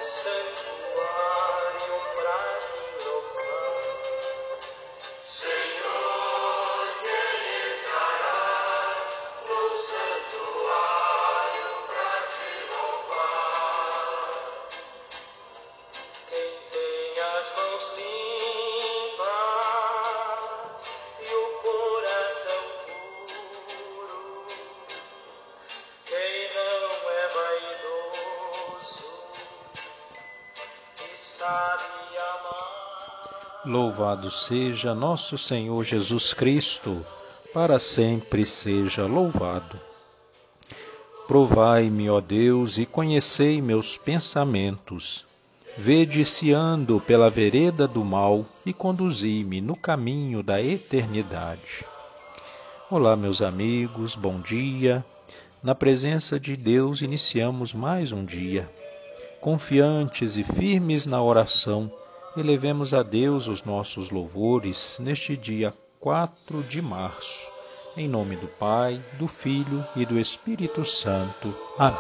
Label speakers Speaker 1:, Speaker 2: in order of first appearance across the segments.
Speaker 1: santuário pra te louvar. Senhor, quem entrará no santuário pra te louvar? Quem tem as mãos limpas e o coração puro, quem não é vaidoso e sabe amar.
Speaker 2: Louvado seja nosso Senhor Jesus Cristo, para sempre seja louvado. Provai-me, ó Deus, e conhecei meus pensamentos. Vede se ando pela vereda do mal e conduzi-me no caminho da eternidade. Olá, meus amigos, bom dia. Na presença de Deus iniciamos mais um dia. Confiantes e firmes na oração, elevemos a Deus os nossos louvores neste dia 4 de março. Em nome do Pai, do Filho e do Espírito Santo. Amém.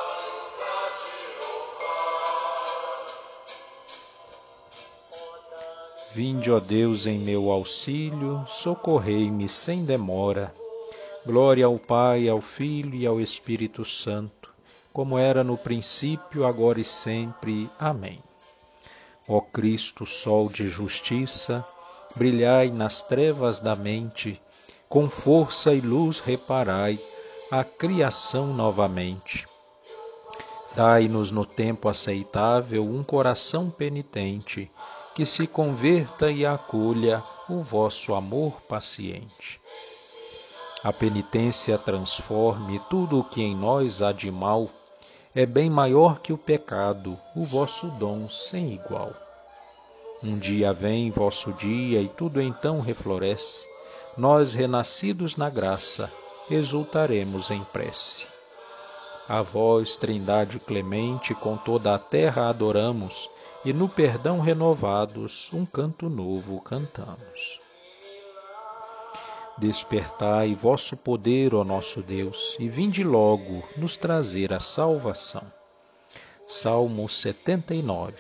Speaker 2: Vinde, ó Deus, em meu auxílio, socorrei-me sem demora. Glória ao Pai, ao Filho e ao Espírito Santo, como era no princípio, agora e sempre. Amém. Ó Cristo, sol de justiça, brilhai nas trevas da mente, com força e luz reparai a criação novamente. Dai-nos no tempo aceitável um coração penitente, que se converta e acolha o vosso amor paciente. A penitência transforme tudo o que em nós há de mal, é bem maior que o pecado, o vosso dom sem igual. Um dia vem vosso dia e tudo então refloresce, nós renascidos na graça, exultaremos em prece. A vós, Trindade clemente, com toda a terra adoramos, e no perdão renovados um canto novo cantamos. Despertai vosso poder, ó nosso Deus, e vinde logo nos trazer a salvação. Salmo 79.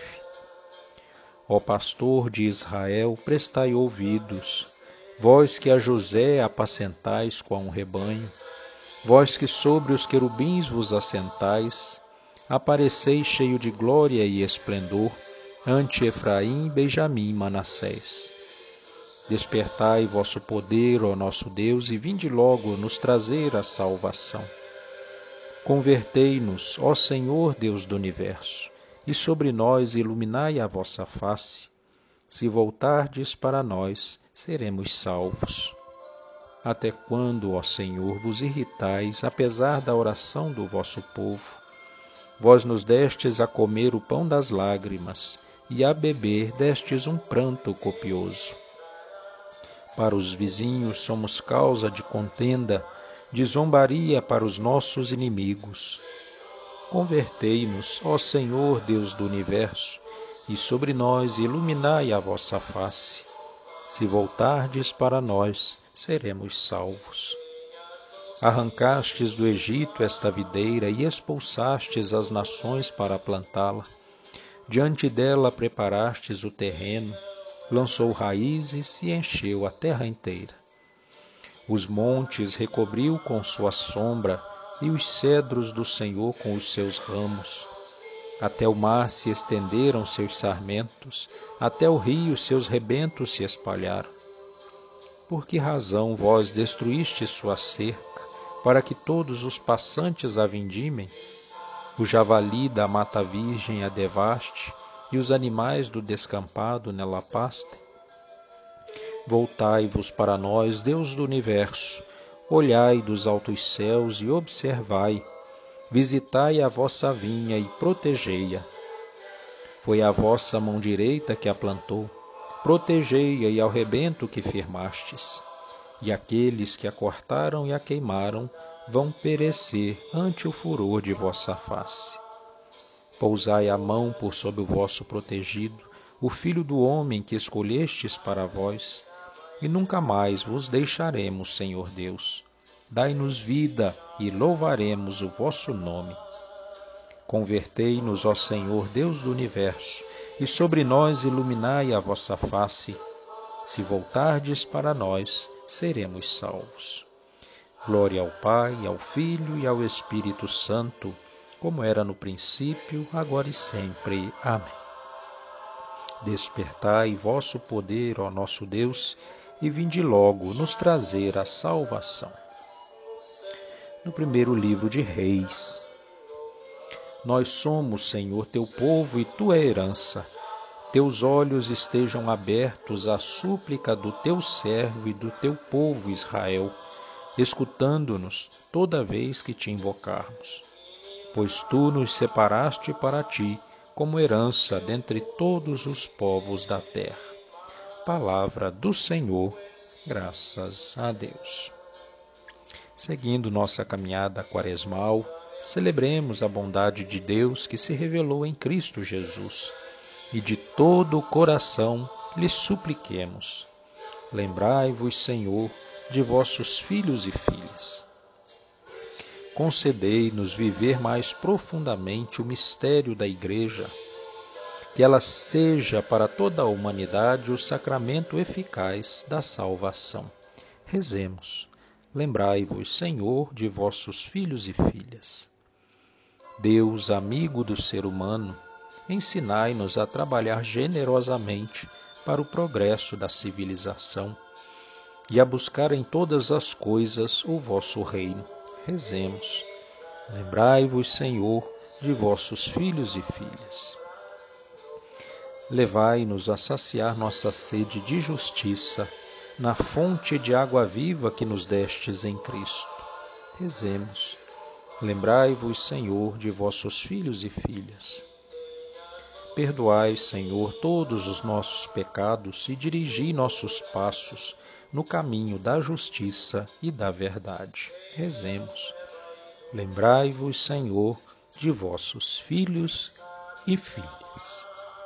Speaker 2: Ó pastor de Israel, prestai ouvidos, vós que a José apacentais com um rebanho, vós que sobre os querubins vos assentais, apareceis cheio de glória e esplendor, ante Efraim, Benjamim, Manassés. Despertai vosso poder, ó nosso Deus, e vinde logo nos trazer a salvação. Convertei-nos, ó Senhor Deus do universo, e sobre nós iluminai a vossa face. Se voltardes para nós, seremos salvos. Até quando, ó Senhor, vos irritais, apesar da oração do vosso povo? Vós nos destes a comer o pão das lágrimas, e a beber destes um pranto copioso. Para os vizinhos somos causa de contenda, de zombaria para os nossos inimigos. Convertei-nos, ó Senhor Deus do universo, e sobre nós iluminai a vossa face. Se voltardes para nós, seremos salvos. Arrancastes do Egito esta videira e expulsastes as nações para plantá-la. Diante dela preparastes o terreno, lançou raízes e encheu a terra inteira. Os montes recobriu com sua sombra e os cedros do Senhor com os seus ramos. Até o mar se estenderam seus sarmentos, até o rio seus rebentos se espalharam. Por que razão vós destruíste sua cerca, para que todos os passantes a vindimem? O javali da mata virgem a devaste, e os animais do descampado nela pastem? Voltai-vos para nós, Deus do universo, olhai dos altos céus e observai, visitai a vossa vinha e protegei-a. Foi a vossa mão direita que a plantou, protegei-a e ao rebento que firmastes. E aqueles que a cortaram e a queimaram vão perecer ante o furor de vossa face. Pousai a mão por sob o vosso protegido, o Filho do homem que escolhestes para vós, e nunca mais vos deixaremos, Senhor Deus. Dai-nos vida e louvaremos o vosso nome. Convertei-nos, ó Senhor, Deus do universo, e sobre nós iluminai a vossa face. Se voltardes para nós, seremos salvos. Glória ao Pai, ao Filho e ao Espírito Santo, como era no princípio, agora e sempre. Amém. Despertai vosso poder, ó nosso Deus, e vinde logo nos trazer a salvação. No primeiro livro de Reis. Nós somos, Senhor, teu povo e tua herança. Teus olhos estejam abertos à súplica do teu servo e do teu povo Israel, escutando-nos toda vez que te invocarmos. Pois tu nos separaste para ti, como herança dentre todos os povos da terra. Palavra do Senhor, graças a Deus. Seguindo nossa caminhada quaresmal, celebremos a bondade de Deus que se revelou em Cristo Jesus e de todo o coração lhe supliquemos. Lembrai-vos, Senhor, de vossos filhos e filhas. Concedei-nos viver mais profundamente o mistério da Igreja, que ela seja para toda a humanidade o sacramento eficaz da salvação. Rezemos. Lembrai-vos, Senhor, de vossos filhos e filhas. Deus, amigo do ser humano, ensinai-nos a trabalhar generosamente para o progresso da civilização e a buscar em todas as coisas o vosso reino. Rezemos. Lembrai-vos, Senhor, de vossos filhos e filhas. Levai-nos a saciar nossa sede de justiça na fonte de água viva que nos destes em Cristo. Rezemos. Lembrai-vos, Senhor, de vossos filhos e filhas. Perdoai, Senhor, todos os nossos pecados e dirigi nossos passos no caminho da justiça e da verdade. Rezemos. Lembrai-vos, Senhor, de vossos filhos e filhas.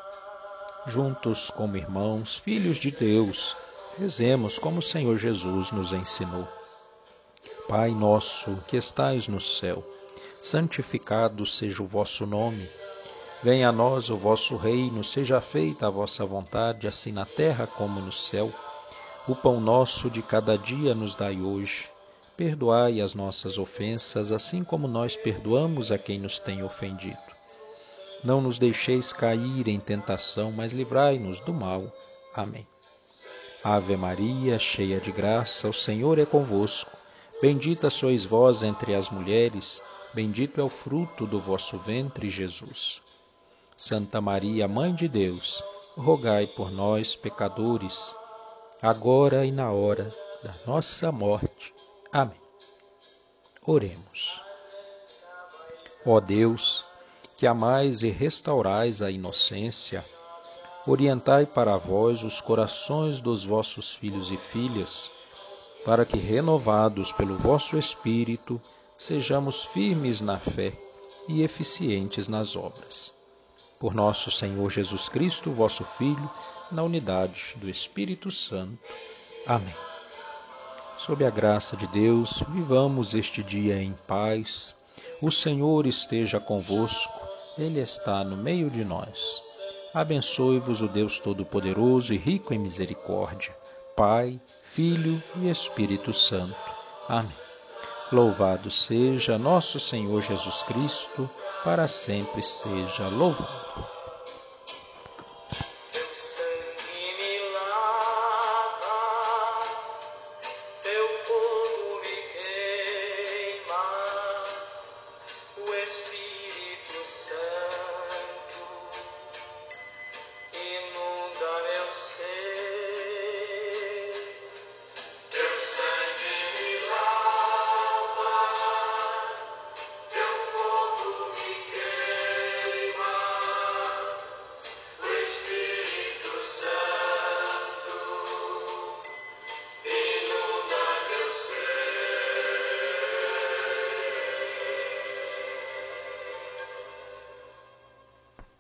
Speaker 2: Juntos como irmãos, filhos de Deus, rezemos como o Senhor Jesus nos ensinou. Pai nosso, que estais no céu, santificado seja o vosso nome. Venha a nós o vosso reino, seja feita a vossa vontade, assim na terra como no céu. O pão nosso de cada dia nos dai hoje. Perdoai as nossas ofensas, assim como nós perdoamos a quem nos tem ofendido. Não nos deixeis cair em tentação, mas livrai-nos do mal. Amém. Ave Maria, cheia de graça, o Senhor é convosco. Bendita sois vós entre as mulheres, bendito é o fruto do vosso ventre, Jesus. Santa Maria, Mãe de Deus, rogai por nós, pecadores, agora e na hora da nossa morte. Amém. Oremos. Ó Deus, que amais e restaurais a inocência, orientai para vós os corações dos vossos filhos e filhas, para que, renovados pelo vosso Espírito, sejamos firmes na fé e eficientes nas obras. Por nosso Senhor Jesus Cristo, vosso Filho, na unidade do Espírito Santo. Amém. Sob a graça de Deus, vivamos este dia em paz. O Senhor esteja convosco, Ele está no meio de nós. Abençoe-vos o Deus Todo-Poderoso e rico em misericórdia, Pai, Filho e Espírito Santo. Amém. Louvado seja nosso Senhor Jesus Cristo, para sempre seja louvado.